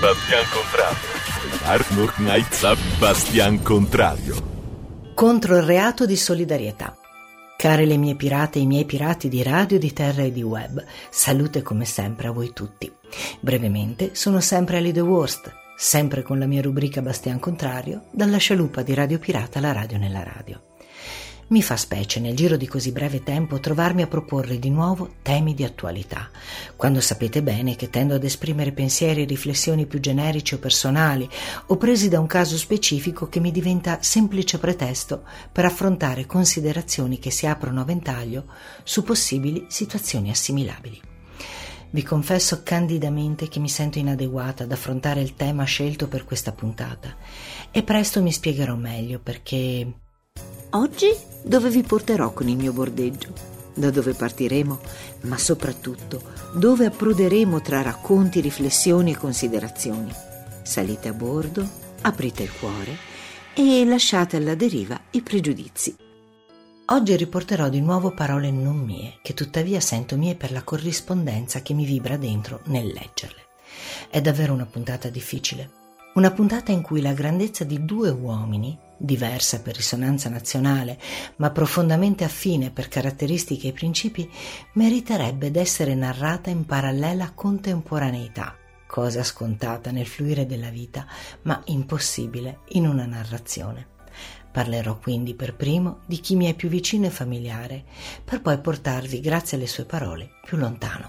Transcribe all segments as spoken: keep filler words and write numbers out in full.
Bastian Contrario. Arnold Knight Bastian Contrario. Contro il reato di solidarietà. Care le mie pirate e i miei pirati di radio, di terra e di web, salute come sempre a voi tutti. Brevemente, sono sempre Ali The Worst, sempre con la mia rubrica Bastian Contrario, dalla scialuppa di Radio Pirata alla radio nella radio. Mi fa specie nel giro di così breve tempo trovarmi a proporre di nuovo temi di attualità, quando sapete bene che tendo ad esprimere pensieri e riflessioni più generici o personali o presi da un caso specifico che mi diventa semplice pretesto per affrontare considerazioni che si aprono a ventaglio su possibili situazioni assimilabili. Vi confesso candidamente che mi sento inadeguata ad affrontare il tema scelto per questa puntata e presto mi spiegherò meglio perché... Oggi dove vi porterò con il mio bordeggio? Da dove partiremo? Ma soprattutto dove approderemo tra racconti, riflessioni e considerazioni? Salite a bordo, aprite il cuore e lasciate alla deriva i pregiudizi. Oggi riporterò di nuovo parole non mie, che tuttavia sento mie per la corrispondenza che mi vibra dentro nel leggerle. È davvero una puntata difficile. Una puntata in cui la grandezza di due uomini, diversa per risonanza nazionale, ma profondamente affine per caratteristiche e principi, meriterebbe d'essere narrata in parallela contemporaneità, cosa scontata nel fluire della vita, ma impossibile in una narrazione. Parlerò quindi per primo di chi mi è più vicino e familiare, per poi portarvi, grazie alle sue parole, più lontano.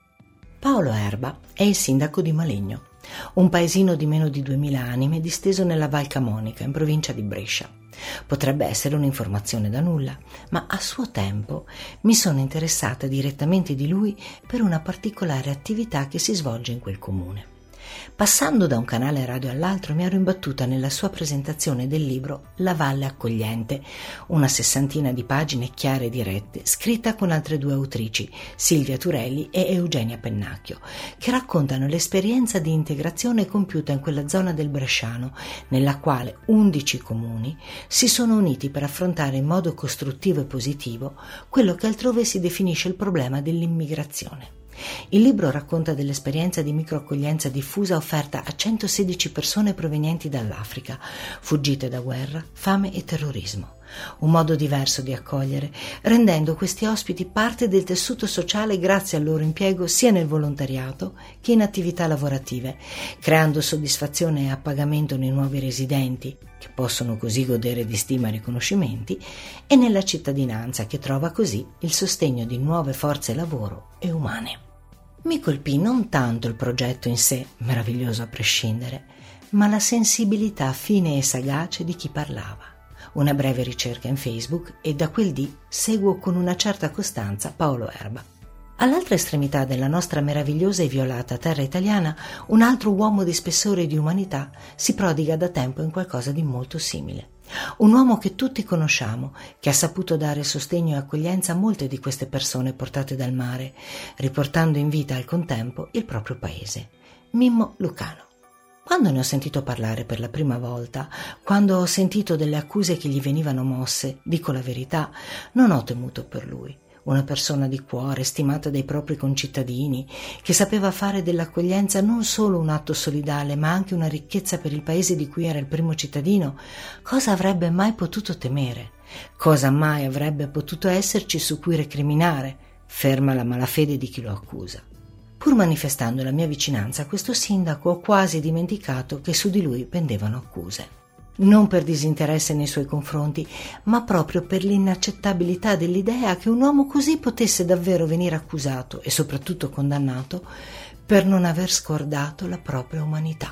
Paolo Erba è il sindaco di Malegno, un paesino di meno di duemila anime disteso nella Val Camonica, in provincia di Brescia. Potrebbe essere un'informazione da nulla, ma a suo tempo mi sono interessata direttamente di lui per una particolare attività che si svolge in quel comune. Passando da un canale radio all'altro mi ero imbattuta nella sua presentazione del libro La Valle Accogliente, una sessantina di pagine chiare e dirette, scritta con altre due autrici, Silvia Turelli e Eugenia Pennacchio, che raccontano l'esperienza di integrazione compiuta in quella zona del Bresciano, nella quale undici comuni si sono uniti per affrontare in modo costruttivo e positivo quello che altrove si definisce il problema dell'immigrazione. Il libro racconta dell'esperienza di microaccoglienza diffusa offerta a centosedici persone provenienti dall'Africa, fuggite da guerra, fame e terrorismo. Un modo diverso di accogliere, rendendo questi ospiti parte del tessuto sociale grazie al loro impiego sia nel volontariato che in attività lavorative, creando soddisfazione e appagamento nei nuovi residenti, che possono così godere di stima e riconoscimenti, e nella cittadinanza, che trova così il sostegno di nuove forze lavoro e umane. Mi colpì non tanto il progetto in sé, meraviglioso a prescindere, ma la sensibilità fine e sagace di chi parlava. Una breve ricerca in Facebook e da quel dì seguo con una certa costanza Paolo Erba. All'altra estremità della nostra meravigliosa e violata terra italiana, un altro uomo di spessore e di umanità si prodiga da tempo in qualcosa di molto simile. Un uomo che tutti conosciamo, che ha saputo dare sostegno e accoglienza a molte di queste persone portate dal mare, riportando in vita al contempo il proprio paese. Mimmo Lucano. Quando ne ho sentito parlare per la prima volta, quando ho sentito delle accuse che gli venivano mosse, dico la verità, non ho temuto per lui. Una persona di cuore, stimata dai propri concittadini, che sapeva fare dell'accoglienza non solo un atto solidale, ma anche una ricchezza per il paese di cui era il primo cittadino, cosa avrebbe mai potuto temere? Cosa mai avrebbe potuto esserci su cui recriminare, ferma la malafede di chi lo accusa? Pur manifestando la mia vicinanza a questo sindaco, ho quasi dimenticato che su di lui pendevano accuse. Non per disinteresse nei suoi confronti, ma proprio per l'inaccettabilità dell'idea che un uomo così potesse davvero venire accusato e soprattutto condannato per non aver scordato la propria umanità.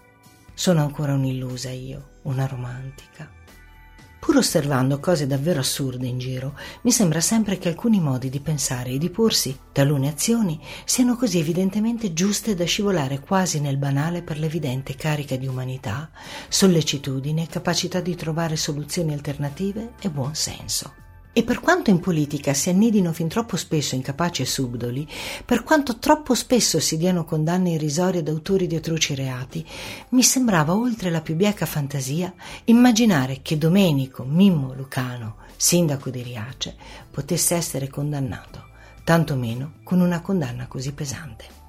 Sono ancora un'illusa io, una romantica. Pur osservando cose davvero assurde in giro, mi sembra sempre che alcuni modi di pensare e di porsi, talune azioni, siano così evidentemente giuste da scivolare quasi nel banale per l'evidente carica di umanità, sollecitudine, capacità di trovare soluzioni alternative e buon senso. E per quanto in politica si annidino fin troppo spesso incapaci e subdoli, per quanto troppo spesso si diano condanne irrisorie ad autori di atroci reati, mi sembrava, oltre la più bieca fantasia, immaginare che Domenico Mimmo Lucano, sindaco di Riace, potesse essere condannato, tantomeno con una condanna così pesante.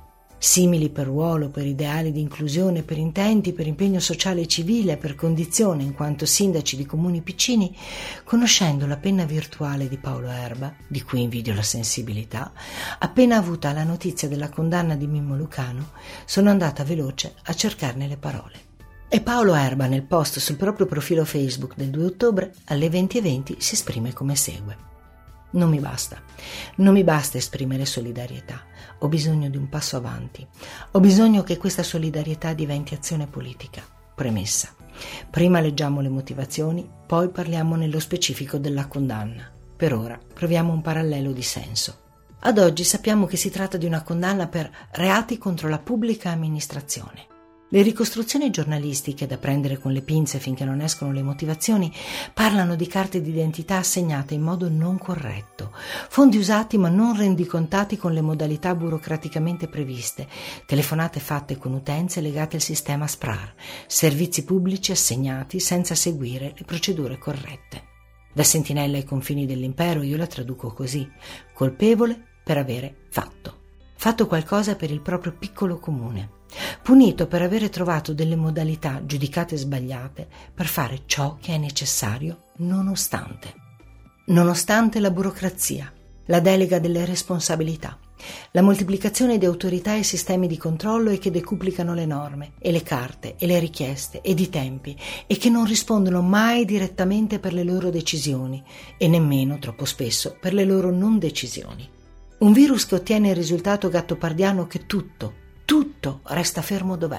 simili per ruolo, per ideali di inclusione, per intenti, per impegno sociale e civile, per condizione in quanto sindaci di comuni piccini, conoscendo la penna virtuale di Paolo Erba, di cui invidio la sensibilità, appena avuta la notizia della condanna di Mimmo Lucano, sono andata veloce a cercarne le parole. E Paolo Erba nel post sul proprio profilo Facebook del due ottobre alle venti e venti si esprime come segue: non mi basta, non mi basta esprimere solidarietà, ho bisogno di un passo avanti, ho bisogno che questa solidarietà diventi azione politica. Premessa: prima leggiamo le motivazioni, poi parliamo nello specifico della condanna. Per ora proviamo un parallelo di senso. Ad oggi sappiamo che si tratta di una condanna per reati contro la pubblica amministrazione. Le ricostruzioni giornalistiche, da prendere con le pinze finché non escono le motivazioni, parlano di carte d'identità assegnate in modo non corretto, fondi usati ma non rendicontati con le modalità burocraticamente previste, telefonate fatte con utenze legate al sistema S P R A R, servizi pubblici assegnati senza seguire le procedure corrette. Da sentinella ai confini dell'impero io la traduco così: colpevole per avere fatto. Fatto qualcosa per il proprio piccolo comune. Punito per avere trovato delle modalità giudicate sbagliate per fare ciò che è necessario nonostante. Nonostante la burocrazia, la delega delle responsabilità, la moltiplicazione di autorità e sistemi di controllo e che decuplicano le norme e le carte e le richieste ed i tempi e che non rispondono mai direttamente per le loro decisioni e nemmeno, troppo spesso, per le loro non decisioni. Un virus che ottiene il risultato gattopardiano che tutto, tutto resta fermo dov'è.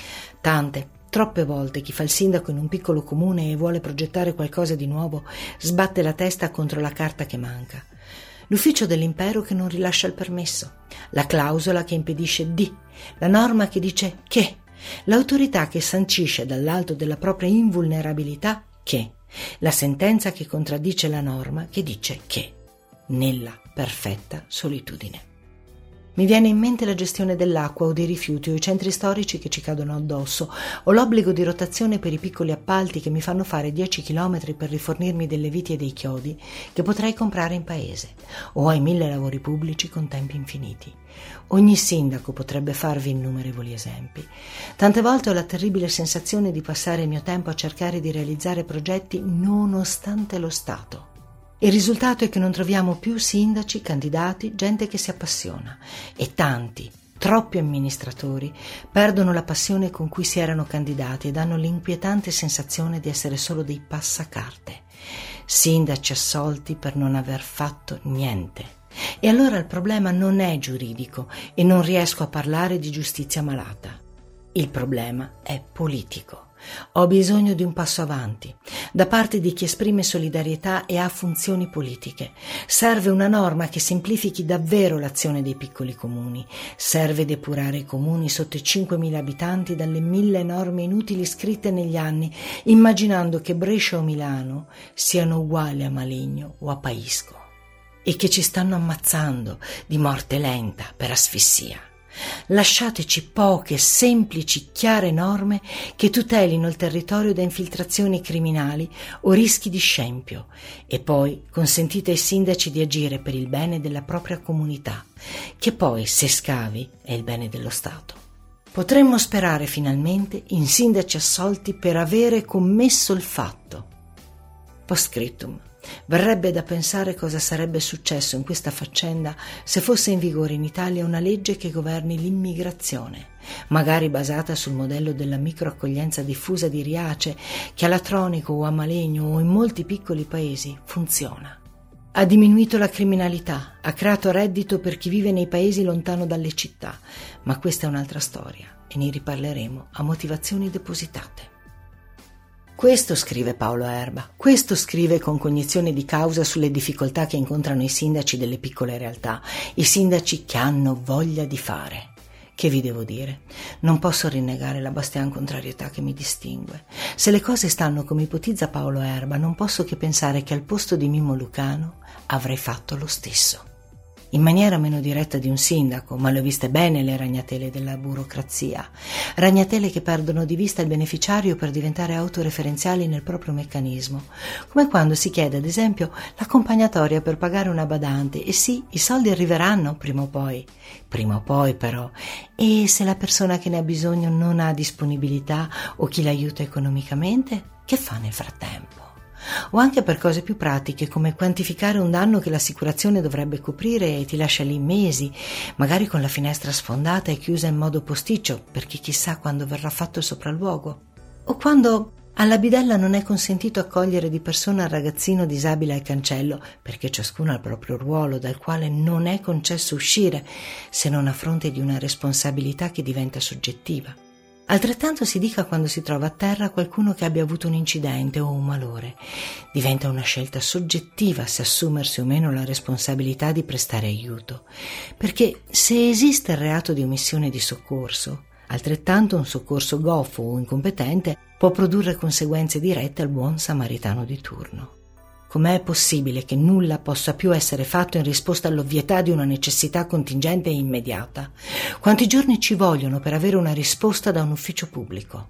Tante, troppe volte chi fa il sindaco in un piccolo comune e vuole progettare qualcosa di nuovo sbatte la testa contro la carta che manca. L'ufficio dell'impero che non rilascia il permesso, la clausola che impedisce di, la norma che dice che, l'autorità che sancisce dall'alto della propria invulnerabilità che, la sentenza che contraddice la norma che dice che, nella perfetta solitudine. Mi viene in mente la gestione dell'acqua o dei rifiuti o i centri storici che ci cadono addosso o l'obbligo di rotazione per i piccoli appalti che mi fanno fare dieci chilometri per rifornirmi delle viti e dei chiodi che potrei comprare in paese o ai mille lavori pubblici con tempi infiniti. Ogni sindaco potrebbe farvi innumerevoli esempi. Tante volte ho la terribile sensazione di passare il mio tempo a cercare di realizzare progetti nonostante lo Stato. Il risultato è che non troviamo più sindaci, candidati, gente che si appassiona e tanti, troppi amministratori perdono la passione con cui si erano candidati ed hanno l'inquietante sensazione di essere solo dei passacarte, sindaci assolti per non aver fatto niente. E allora il problema non è giuridico e non riesco a parlare di giustizia malata. Il problema è politico. Ho bisogno di un passo avanti da parte di chi esprime solidarietà e ha funzioni politiche. Serve una norma che semplifichi davvero l'azione dei piccoli comuni. Serve depurare i comuni sotto i cinquemila abitanti dalle mille norme inutili scritte negli anni, immaginando che Brescia o Milano siano uguali a Maligno o a Paisco e che ci stanno ammazzando di morte lenta per asfissia. Lasciateci poche, semplici, chiare norme che tutelino il territorio da infiltrazioni criminali o rischi di scempio e poi consentite ai sindaci di agire per il bene della propria comunità, che poi, se scavi, è il bene dello Stato. Potremmo sperare finalmente in sindaci assolti per avere commesso il fatto. Post scriptum. Verrebbe da pensare cosa sarebbe successo in questa faccenda se fosse in vigore in Italia una legge che governi l'immigrazione, magari basata sul modello della microaccoglienza diffusa di Riace, che a Latronico o a Malegno o in molti piccoli paesi funziona. Ha diminuito la criminalità, ha creato reddito per chi vive nei paesi lontano dalle città, ma questa è un'altra storia e ne riparleremo a motivazioni depositate. Questo scrive Paolo Erba, questo scrive con cognizione di causa sulle difficoltà che incontrano i sindaci delle piccole realtà, i sindaci che hanno voglia di fare. Che vi devo dire? Non posso rinnegare la bastian contrarietà che mi distingue. Se le cose stanno come ipotizza Paolo Erba, non posso che pensare che al posto di Mimmo Lucano avrei fatto lo stesso. in maniera meno diretta di un sindaco, ma le ho viste bene le ragnatele della burocrazia, ragnatele che perdono di vista il beneficiario per diventare autoreferenziali nel proprio meccanismo, come quando si chiede ad esempio l'accompagnatoria per pagare una badante, e sì, i soldi arriveranno prima o poi, prima o poi però, e se la persona che ne ha bisogno non ha disponibilità o chi l'aiuta economicamente, che fa nel frattempo? O anche per cose più pratiche come quantificare un danno che l'assicurazione dovrebbe coprire e ti lascia lì mesi, magari con la finestra sfondata e chiusa in modo posticcio, perché chissà quando verrà fatto il sopralluogo. O quando alla bidella non è consentito accogliere di persona il ragazzino disabile al cancello, perché ciascuno ha il proprio ruolo dal quale non è concesso uscire, se non a fronte di una responsabilità che diventa soggettiva. Altrettanto si dica quando si trova a terra qualcuno che abbia avuto un incidente o un malore. Diventa una scelta soggettiva se assumersi o meno la responsabilità di prestare aiuto. Perché se esiste il reato di omissione di soccorso, altrettanto un soccorso goffo o incompetente può produrre conseguenze dirette al buon samaritano di turno. Com'è possibile che nulla possa più essere fatto in risposta all'ovvietà di una necessità contingente e immediata? Quanti giorni ci vogliono per avere una risposta da un ufficio pubblico?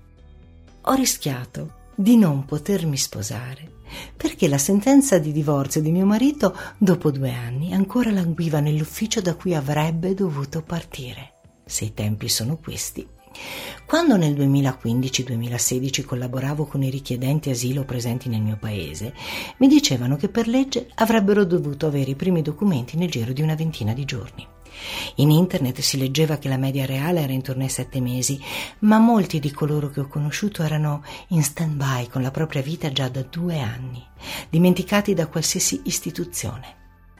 Ho rischiato di non potermi sposare perché la sentenza di divorzio di mio marito, dopo due anni, ancora languiva nell'ufficio da cui avrebbe dovuto partire, se i tempi sono questi. Quando nel duemilaquindici duemilasedici collaboravo con i richiedenti asilo presenti nel mio paese, mi dicevano che per legge avrebbero dovuto avere i primi documenti nel giro di una ventina di giorni. In internet si leggeva che la media reale era intorno ai sette mesi, ma molti di coloro che ho conosciuto erano in stand-by con la propria vita già da due anni, dimenticati da qualsiasi istituzione.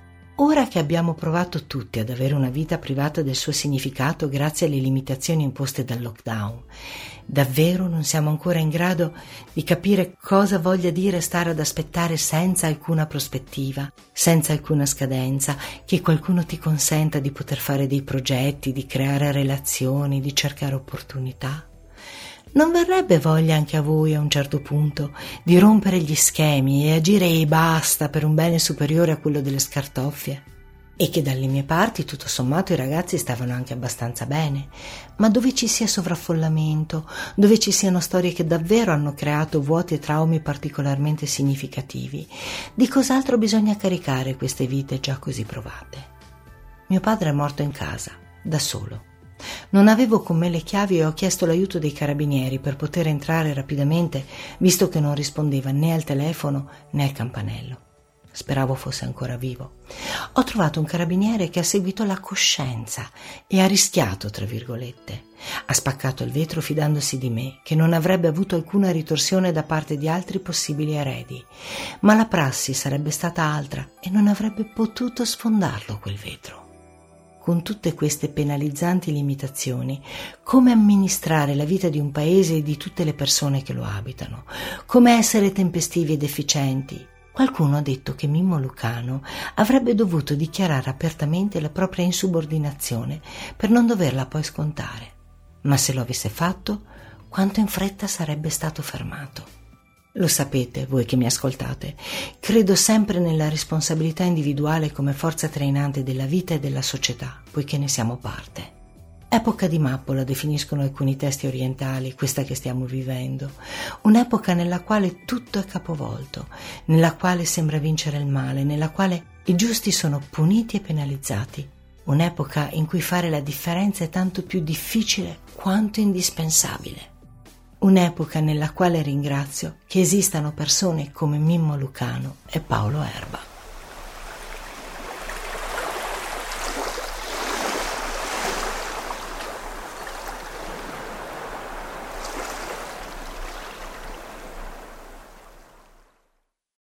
Ora che abbiamo provato tutti ad avere una vita privata del suo significato grazie alle limitazioni imposte dal lockdown, davvero non siamo ancora in grado di capire cosa voglia dire stare ad aspettare senza alcuna prospettiva, senza alcuna scadenza, che qualcuno ti consenta di poter fare dei progetti, di creare relazioni, di cercare opportunità? Non verrebbe voglia anche a voi a un certo punto di rompere gli schemi e agire e basta per un bene superiore a quello delle scartoffie? E che dalle mie parti tutto sommato i ragazzi stavano anche abbastanza bene, ma dove ci sia sovraffollamento, dove ci siano storie che davvero hanno creato vuoti e traumi particolarmente significativi, di cos'altro bisogna caricare queste vite già così provate? Mio padre è morto in casa, da solo. Non avevo con me le chiavi e ho chiesto l'aiuto dei carabinieri per poter entrare rapidamente, visto che non rispondeva né al telefono né al campanello. Speravo fosse ancora vivo. Ho trovato un carabiniere che ha seguito la coscienza e ha rischiato, tra virgolette. Ha spaccato il vetro fidandosi di me, che non avrebbe avuto alcuna ritorsione da parte di altri possibili eredi. Ma la prassi sarebbe stata altra e non avrebbe potuto sfondarlo quel vetro. Con tutte queste penalizzanti limitazioni, come amministrare la vita di un paese e di tutte le persone che lo abitano? Come essere tempestivi ed efficienti? Qualcuno ha detto che Mimmo Lucano avrebbe dovuto dichiarare apertamente la propria insubordinazione per non doverla poi scontare. Ma se lo avesse fatto, quanto in fretta sarebbe stato fermato? Lo sapete, voi che mi ascoltate, credo sempre nella responsabilità individuale come forza trainante della vita e della società, poiché ne siamo parte. Epoca di mappo la definiscono alcuni testi orientali, questa che stiamo vivendo. Un'epoca nella quale tutto è capovolto, nella quale sembra vincere il male, nella quale i giusti sono puniti e penalizzati. Un'epoca in cui fare la differenza è tanto più difficile quanto indispensabile. Un'epoca nella quale ringrazio che esistano persone come Mimmo Lucano e Paolo Erba.